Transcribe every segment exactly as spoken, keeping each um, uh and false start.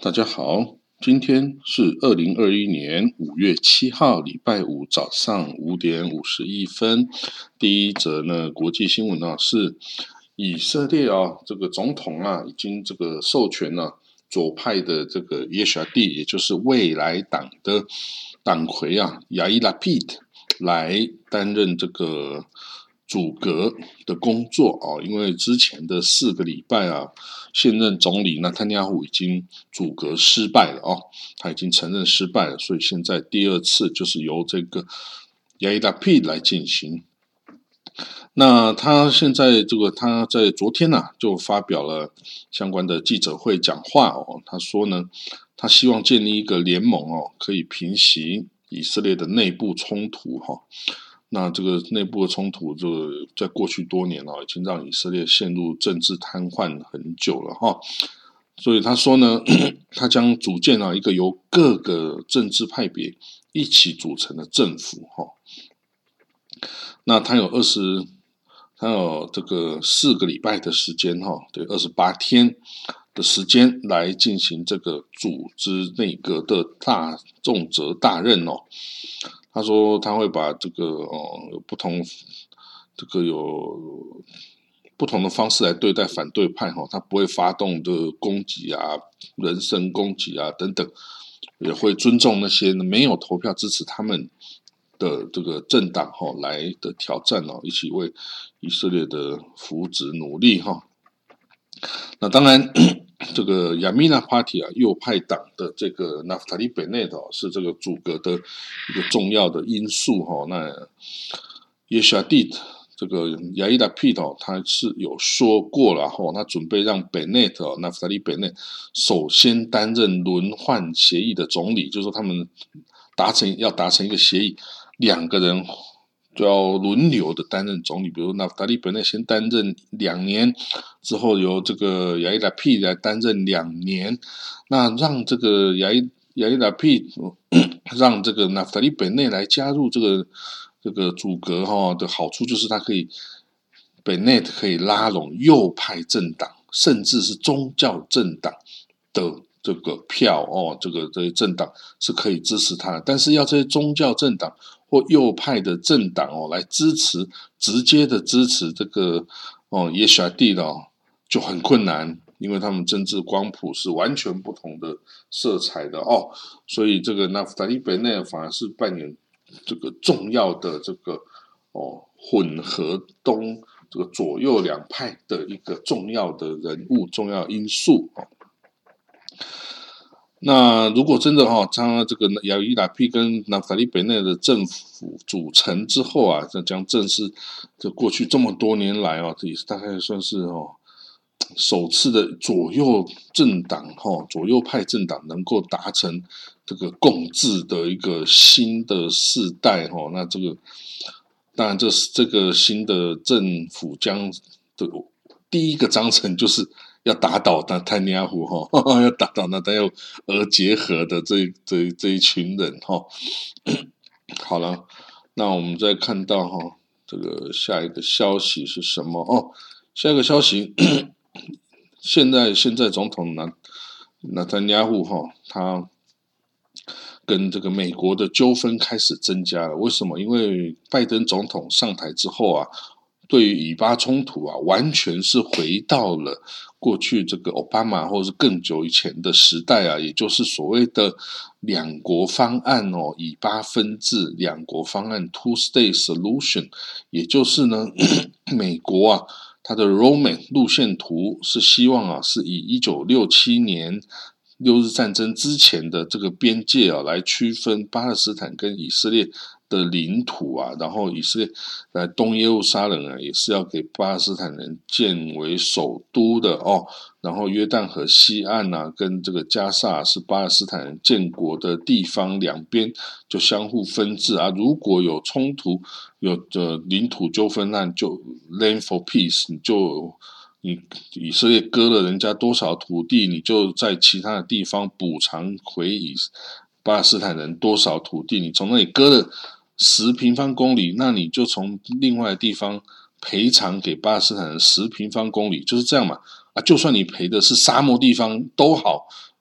大家好，今天是二零二一年五月七号，礼拜五早上五点五十一分。第一则呢，国际新闻啊，是以色列啊，这个总统啊，已经这个授权了、啊、左派的这个耶沙蒂，也就是未来党的党魁啊，亚伊拉皮特来担任这个组阁的工作啊，因为之前的四个礼拜啊，现任总理纳坦尼亚胡已经组阁失败了哦，他已经承认失败了，所以现在第二次就是由这个亚伊拉皮来进行。那他现在这个他在昨天呢、啊、就发表了相关的记者会讲话哦，他说呢，他希望建立一个联盟哦，可以平息以色列的内部冲突哈、哦。那这个内部的冲突，就在过去多年啊，已经让以色列陷入政治瘫痪很久了哈。所以他说呢，他将组建啊一个由各个政治派别一起组成的政府哈。那他有二十，他有这个四个礼拜的时间哈，对，二十八天的时间来进行这个组织内阁的大重责大任哦。他说他会把这个哦有不同这个有不同的方式来对待反对派哈、哦，他不会发动的攻击啊、人身攻击啊等等，也会尊重那些没有投票支持他们的这个政党哈、哦、来的挑战哦，一起为以色列的福祉努力哈、哦。那当然。这个亚米纳 Party 啊，右派党的这个纳夫塔利·贝内特、哦、是这个组阁的一个重要的因素哈、哦。那耶沙蒂这个亚伊拉皮特、哦、他是有说过了哈、哦，他准备让贝内特、哦、纳夫塔利·贝内首先担任轮换协议的总理，就是说他们达成要达成一个协议，两个人就要轮流的担任总理，比如纳夫塔利·贝内先担任两年，之后由这个亚伊拉皮来担任两年，那让这个亚伊亚伊拉皮让这个纳夫塔利·贝内来加入这个这个组阁哈的好处就是他可以贝内可以拉拢右派政党，甚至是宗教政党的这个票哦，这个这些政党是可以支持他的，但是要这些宗教政党或右派的政党哦来支持，直接的支持这个哦耶沙蒂的哦就很困难，因为他们政治光谱是完全不同的色彩的哦，所以这个纳夫塔利·贝内反而是扮演这个重要的这个哦混合东这个左右两派的一个重要的人物、重要因素哦。那如果真的哈、哦，他这个亚伊拉皮跟纳夫塔利·贝内的政府组成之后啊，这将正式这过去这么多年来哦，这也是大概算是哦首次的左右政党哈、哦，左右派政党能够达成这个共治的一个新的世代哈、哦。那这个当然这是这个新的政府将的第一个章程就是要打倒纳坦尼亚胡哈，要打倒纳坦尼亚胡而结合的这这这一群人哈。好了，那我们再看到哈，这个下一个消息是什么哦？下一个消息，现在现在总统纳纳坦尼亚胡哈，他跟这个美国的纠纷开始增加了。为什么？因为拜登总统上台之后啊，对于以巴冲突啊，完全是回到了过去这个奥巴马或者是更久以前的时代啊，也就是所谓的两国方案哦，以巴分治两国方案 two state solution， 也就是呢，美国啊，它的 roadmap 路线图是希望啊，是以一九六七年六日战争之前的这个边界啊，来区分巴勒斯坦跟以色列的领土啊，然后以色列在东耶路撒冷啊，也是要给巴勒斯坦人建为首都的哦。然后约旦河西岸啊，跟这个加萨是巴勒斯坦人建国的地方，两边就相互分治啊。如果有冲突，有的领土纠纷案，就 land for peace， 你就。你以色列割了人家多少土地，你就在其他的地方补偿回以巴勒斯坦人多少土地。你从那里割了十平方公里，那你就从另外的地方赔偿给巴勒斯坦人十平方公里，就是这样嘛。啊，就算你赔的是沙漠地方都好，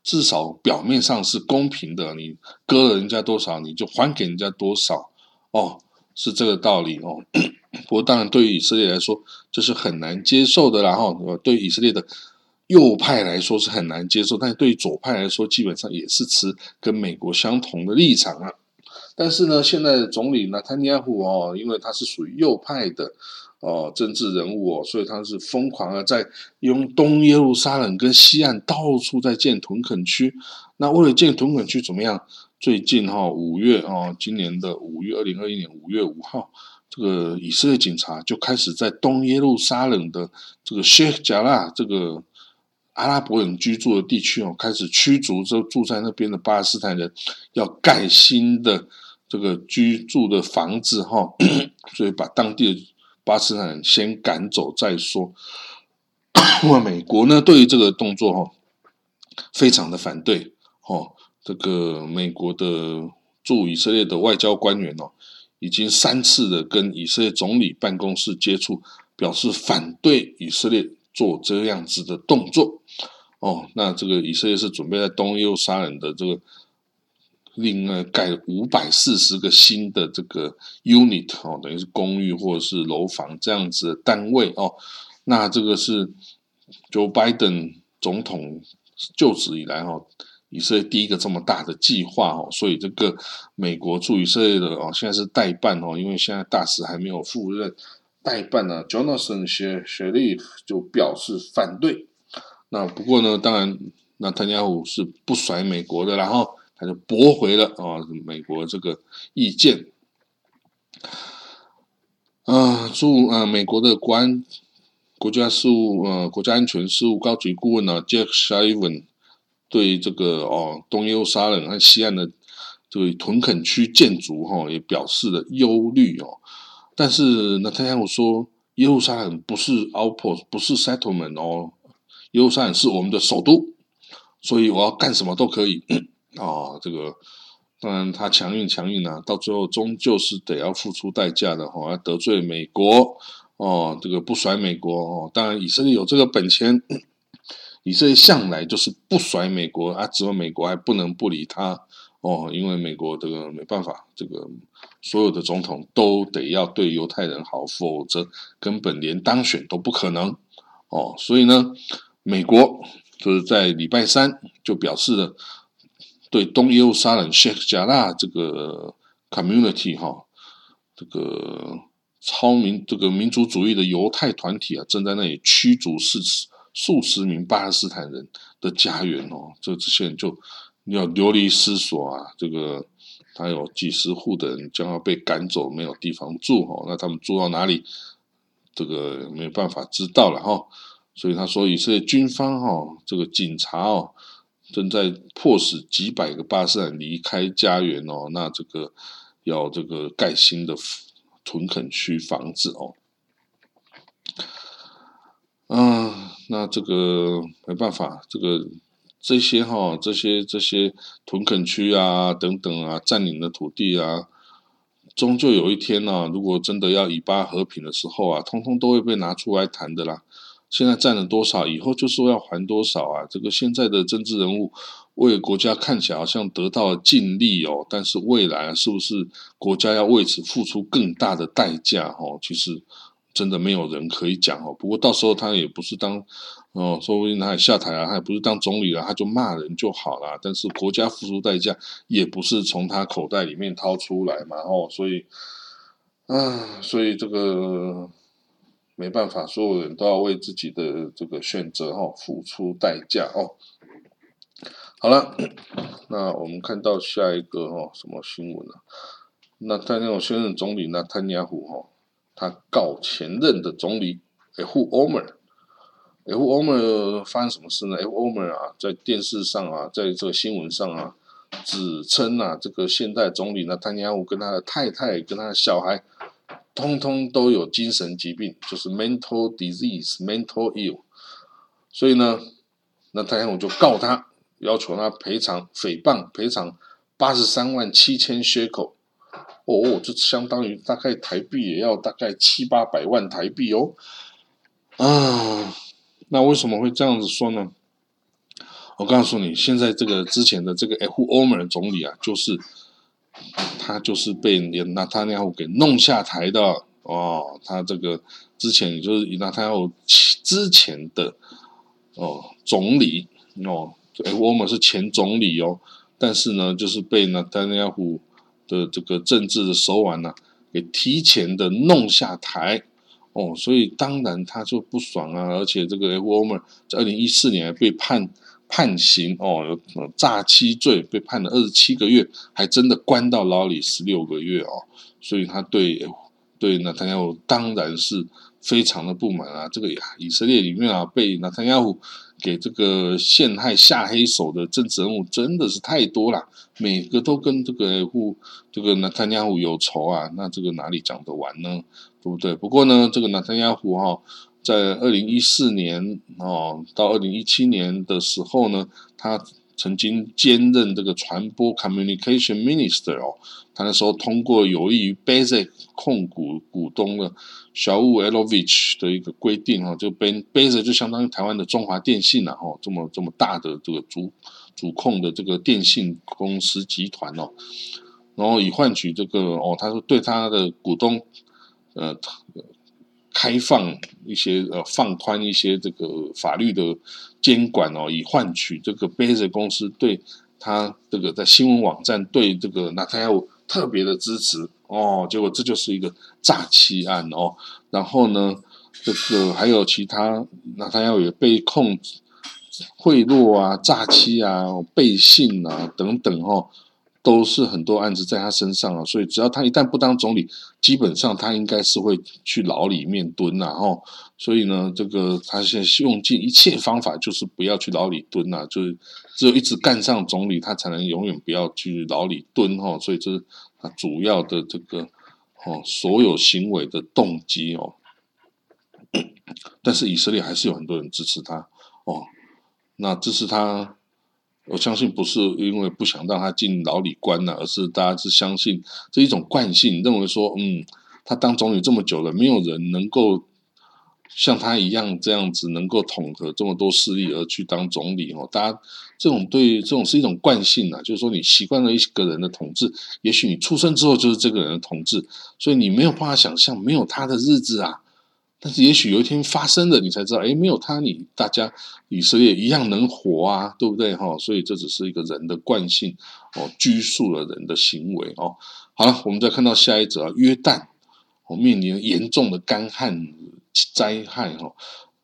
至少表面上是公平的，你割了人家多少，你就还给人家多少，哦，是这个道理哦。不过当然对于以色列来说这是很难接受的啦，哦，对于以色列的右派来说是很难接受，但是对于左派来说基本上也是持跟美国相同的立场啊。但是呢，现在的总理纳坦尼亚胡哦，因为他是属于右派的哦政治人物哦，所以他是疯狂的在用东耶路撒冷跟西岸到处在建屯垦区。那为了建屯垦区怎么样？最近哈、哦、五月哦，今年的五月二零二一年五月五号，这个以色列警察就开始在东耶路撒冷的这个 Sheikh Jarrah 这个阿拉伯人居住的地区哦，开始驱逐这住在那边的巴勒斯坦人，要盖新的这个居住的房子哈、哦，所以把当地的巴勒斯坦人先赶走再说。那美国呢，对于这个动作哈、哦，非常的反对哦。这个美国的驻以色列的外交官员哦，已经三次的跟以色列总理办公室接触，表示反对以色列做这样子的动作。哦，那这个以色列是准备在东耶路撒冷的这个另外盖五百四十个新的这个 unit 哦，等于是公寓或者是楼房这样子的单位哦。那这个是 Joe Biden 总统就职以来哦，以色列第一个这么大的计划哦，所以这个美国驻以色列的哦，现在是代办哦，因为现在大使还没有赴任，代办呢、啊、Jonathan Sharif 就表示反对。那不过呢，当然那纳坦尼亚胡是不甩美国的，然后他就驳回了啊、哦、美国这个意见。啊，驻呃美国的国安国家事务呃国家安全事务高级顾问呢 Jack Sullivan 对这个哦东耶路撒冷和西岸的这个屯垦区建筑哈、哦、也表示了忧虑哦。但是纳坦尼亚胡说，耶路撒冷不是 outpost 不是 settlement 哦，耶路撒冷是我们的首都，所以我要干什么都可以哦。这个当然他强硬强硬啊，到最后终究是得要付出代价的哈、哦，得罪美国哦，这个不甩美国哦。当然以色列有这个本钱，以色列向来就是不甩美国啊，只有美国还不能不理他哦，因为美国这个没办法，这个所有的总统都得要对犹太人好，否则根本连当选都不可能哦。所以呢，美国就是在礼拜三就表示了对东耶路撒冷 Sheikh Jarrah 这个 community 哈、哦，这个超民这个民族主义的犹太团体啊，正在那里驱逐数十数十名巴勒斯坦人的家园哦，这这些人就要流离失所啊，这个他有几十户的人将要被赶走，没有地方住哦，那他们住到哪里？这个没办法知道了哈、哦。所以他说，以色列军方哈、哦，这个警察哦，正在迫使几百个巴勒斯坦人离开家园哦，那这个要这个盖新的屯垦区房子哦。嗯，那这个没办法，这个这些哈、哦，这些这些屯垦区啊等等啊，占领的土地啊，终究有一天呢、啊，如果真的要以巴和平的时候啊，通通都会被拿出来谈的啦。现在占了多少，以后就说要还多少啊！这个现在的政治人物为国家看起来好像得到了尽力哦，但是未来是不是国家要为此付出更大的代价哦？其实真的没有人可以讲哦。不过到时候他也不是当哦，说不定他也下台了，他也不是当总理了，他就骂人就好了。但是国家付出代价也不是从他口袋里面掏出来嘛哦，所以啊，所以这个。没办法，所有人都要为自己的这个选择哈、哦、付出代价哦。好了，那我们看到下一个哈、哦、什么新闻啊？那他那种现任总理纳坦尼亚胡哈，他告前任的总理 Ehud Olmert。Ehud Olmert 发生什么事呢 ？Ehud Olmert 啊，在电视上啊，在这个新闻上啊，指称啊，这个现代总理纳坦尼亚胡跟他的太太跟他的小孩。通通都有精神疾病，就是 mental disease, mental ill。所以呢，那太阳我就告他，要求他赔偿诽谤，赔偿八十三万七千谢口。哦，这相当于大概台币也要大概七八百万台币哦。啊，那为什么会这样子说呢我告诉你，现在这个之前的这个 Ehud Olmert 总理啊，就是他就是被纳塔尼亚胡给弄下台的哦。他这个之前也就是纳塔尼亚胡之前的哦总理哦 ，Ehud Olmert 是前总理哦，但是呢，就是被纳塔尼亚胡的这个政治的手腕呢、啊，给提前的弄下台。哦，所以当然他就不爽啊，而且这个 Ehud Olmert 在二零一四年被判判刑哦，有诈欺罪被判了二十七个月，还真的关到牢里十六个月哦，所以他对对纳坦雅胡当然是非常的不满啊。这个呀，以色列里面啊，被纳坦雅胡给这个陷害下黑手的政治人物真的是太多了，每个都跟这个户这个纳坦雅胡有仇啊，那这个哪里讲得完呢？对不对？不过呢，这个纳坦雅胡哈，在二零一四年哦到二零一七年的时候呢，他曾经兼任这个传播 communication minister 哦，他那时候通过有益于 Bezeq 控股股东的小武 Elovich 的一个规定哦，就 Bezeq 就相当于台湾的中华电信啊，哦，这么这么大的这个主主控的这个电信公司集团哦，然后以换取这个哦，他说对他的股东呃，开放一些呃，放宽一些这个法律的监管哦，以换取这个 Bezeq 公司对他这个在新闻网站对这个纳坦雅胡特别的支持哦，结果这就是一个诈欺案哦。然后呢，这个还有其他纳坦雅胡也被控贿赂啊、诈欺啊、背信啊等等哦。都是很多案子在他身上啊，所以只要他一旦不当总理，基本上他应该是会去牢里面蹲呐、啊、吼。所以呢，这个他现在用尽一切方法，就是不要去牢里蹲呐、啊，就是只有一直干上总理，他才能永远不要去牢里蹲哈、哦。所以这是他主要的这个哦所有行为的动机哦。但是以色列还是有很多人支持他哦，那支持他。我相信不是因为不想让他进牢里关了、啊，而是大家是相信这一种惯性，认为说，嗯，他当总理这么久了，没有人能够像他一样这样子能够统合这么多势力而去当总理哦。大家这种对这种是一种惯性啊，就是说你习惯了一个人的统治，也许你出生之后就是这个人的统治，所以你没有办法想象没有他的日子啊。但是也许有一天发生了，你才知道，哎，没有他，你大家以色列一样能活啊，对不对哈？所以这只是一个人的惯性哦，拘束了人的行为哦。好了，我们再看到下一则啊，约旦哦面临严重的干旱灾害哈。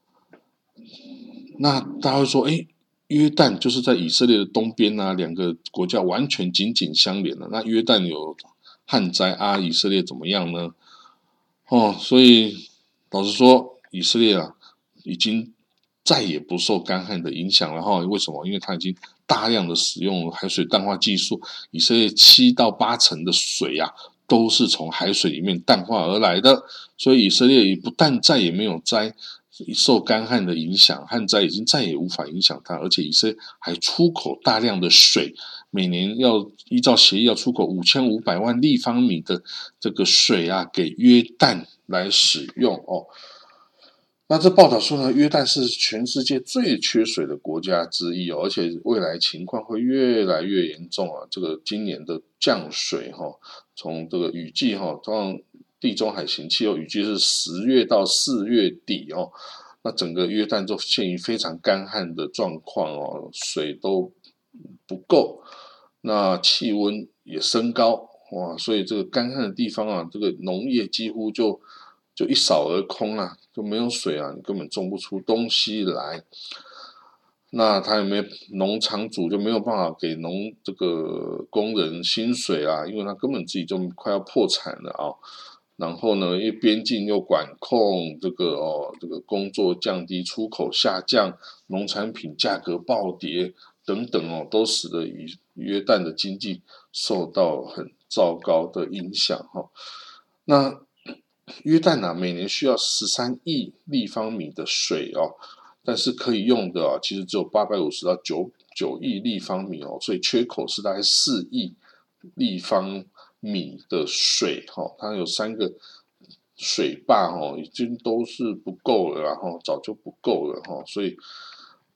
那大家会说，哎，约旦就是在以色列的东边啊，两个国家完全紧紧相连的。那约旦有旱灾啊，以色列怎么样呢？哦，所以。老实说，以色列啊，已经再也不受干旱的影响了哈。为什么？因为它已经大量的使用海水淡化技术，以色列七到八成的水啊，都是从海水里面淡化而来的。所以以色列不但再也没有灾受干旱的影响，旱灾已经再也无法影响它，而且以色列还出口大量的水，每年要依照协议要出口五千五百万立方米的这个水啊，给约旦来使用哦。那这报道说呢，约旦是全世界最缺水的国家之一哦，而且未来情况会越来越严重啊。这个今年的降水哈、哦，从这个雨季哈、哦，通常地中海型气候雨季是十月到四月底哦，那整个约旦就陷于非常干旱的状况哦，水都不够，那气温也升高哇，所以这个干旱的地方啊，这个农业几乎就就一扫而空啊，就没有水啊，你根本种不出东西来。那他有没有农场主就没有办法给农这个工人薪水啊，因为他根本自己就快要破产了啊。然后呢，因为边境又管控，这个哦，这个工作降低，出口下降，农产品价格暴跌等等哦，都使得约旦的经济受到很糟糕的影响哈、哦。那约旦啊，每年需要十三亿立方米的水哦，但是可以用的啊，其实只有八百五十到九九亿立方米哦，所以缺口是大概四亿立方米的水哈、哦，它有三个水坝哦，已经都是不够了，然后早就不够了哈、哦，所以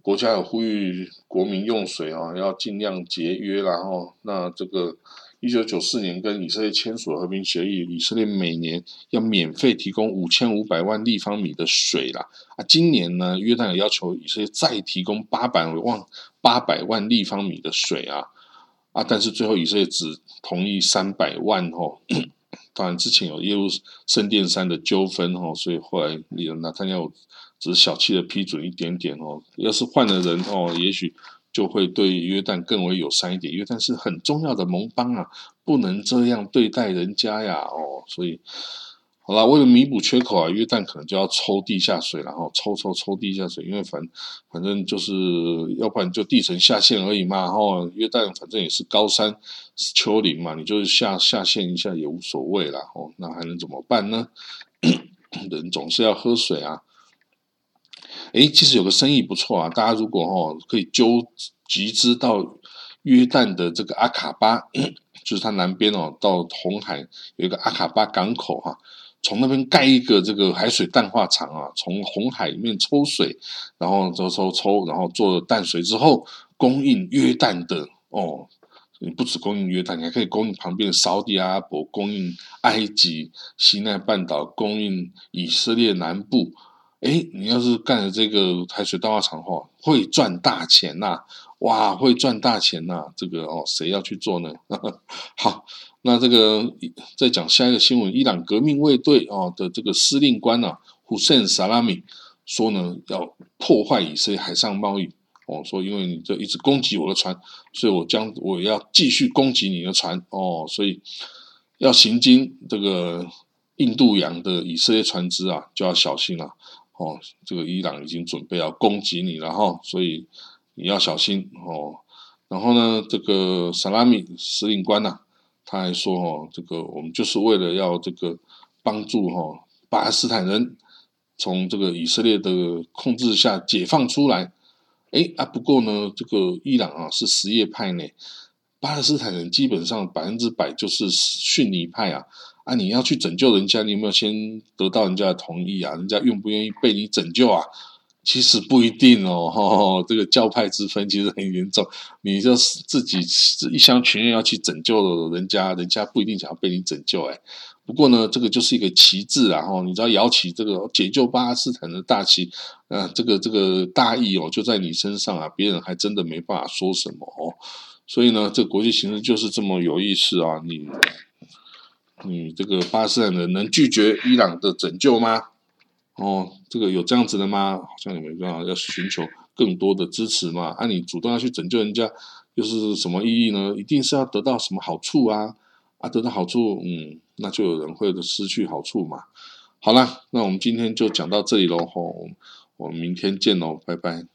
国家有呼吁国民用水啊，要尽量节约啦哦。那这个一九九四年跟以色列签署和平协议，以色列每年要免费提供五千五百万立方米的水啦。啊，今年呢，约旦有要求以色列再提供八百万八百万立方米的水啊啊，但是最后以色列只同意三百万哦。当然之前有耶路圣殿山的纠纷哦，所以后来拿tan雅胡只是小气的批准一点点哦。要是换了人哦，也许就会对约旦更为友善一点。约旦是很重要的盟邦啊，不能这样对待人家呀哦。所以好啦，为了弥补缺口啊，约旦可能就要抽地下水了哈，抽抽抽地下水，因为反反正就是要不然就地层下陷而已嘛哈。约旦反正也是高山丘陵嘛，你就是下下陷一下也无所谓啦哦。那还能怎么办呢？人总是要喝水啊。诶，其实有个生意不错啊，大家如果哦可以揪集资到约旦的这个阿卡巴，就是它南边哦，到红海有一个阿卡巴港口哈、啊，从那边盖一个这个海水淡化厂啊，从红海里面抽水，然后抽抽抽，然后做淡水之后，供应约旦的哦。你不只供应约旦，你还可以供应旁边的沙地阿拉伯，供应埃及、西奈半岛，供应以色列南部。诶，你要是干了这个海水淡化厂的话，会赚大钱呐、啊！哇，会赚大钱呐、啊！这个哦，谁要去做呢？好，那这个再讲下一个新闻，伊朗革命卫队哦的这个司令官啊，Hussein Salami 说呢，要破坏以色列海上贸易。哦，说因为你这一直攻击我的船，所以我将我要继续攻击你的船哦，所以要行经这个印度洋的以色列船只啊，就要小心了哦。这个伊朗已经准备要攻击你了哈、哦，所以你要小心哦。然后呢，这个萨拉米司令官呐、啊，他还说哦，这个我们就是为了要这个帮助哈、哦、巴勒斯坦人从这个以色列的控制下解放出来。哎啊，不过呢，这个伊朗啊是什叶派呢，巴勒斯坦人基本上百分之百就是逊尼派啊啊！你要去拯救人家，你有没有先得到人家的同意啊？人家愿不愿意被你拯救啊？其实不一定哦，呵呵这个教派之分其实很严重。你就自己一厢情愿要去拯救人家，人家不一定想要被你拯救哎。不过呢，这个就是一个旗帜啊，哈，你只要摇起这个解救巴勒斯坦的大旗，呃，这个这个大义哦，就在你身上啊，别人还真的没办法说什么哦。所以呢，这个国际形势就是这么有意思啊！你你这个巴勒斯坦人能拒绝伊朗的拯救吗？哦，这个有这样子的吗？好像也没办法，要寻求更多的支持嘛。啊，你主动要去拯救人家，又是什么意义呢？一定是要得到什么好处啊？啊，得到好处，嗯，那就有人会失去好处嘛。好啦，那我们今天就讲到这里喽，吼，我们明天见喽，拜拜。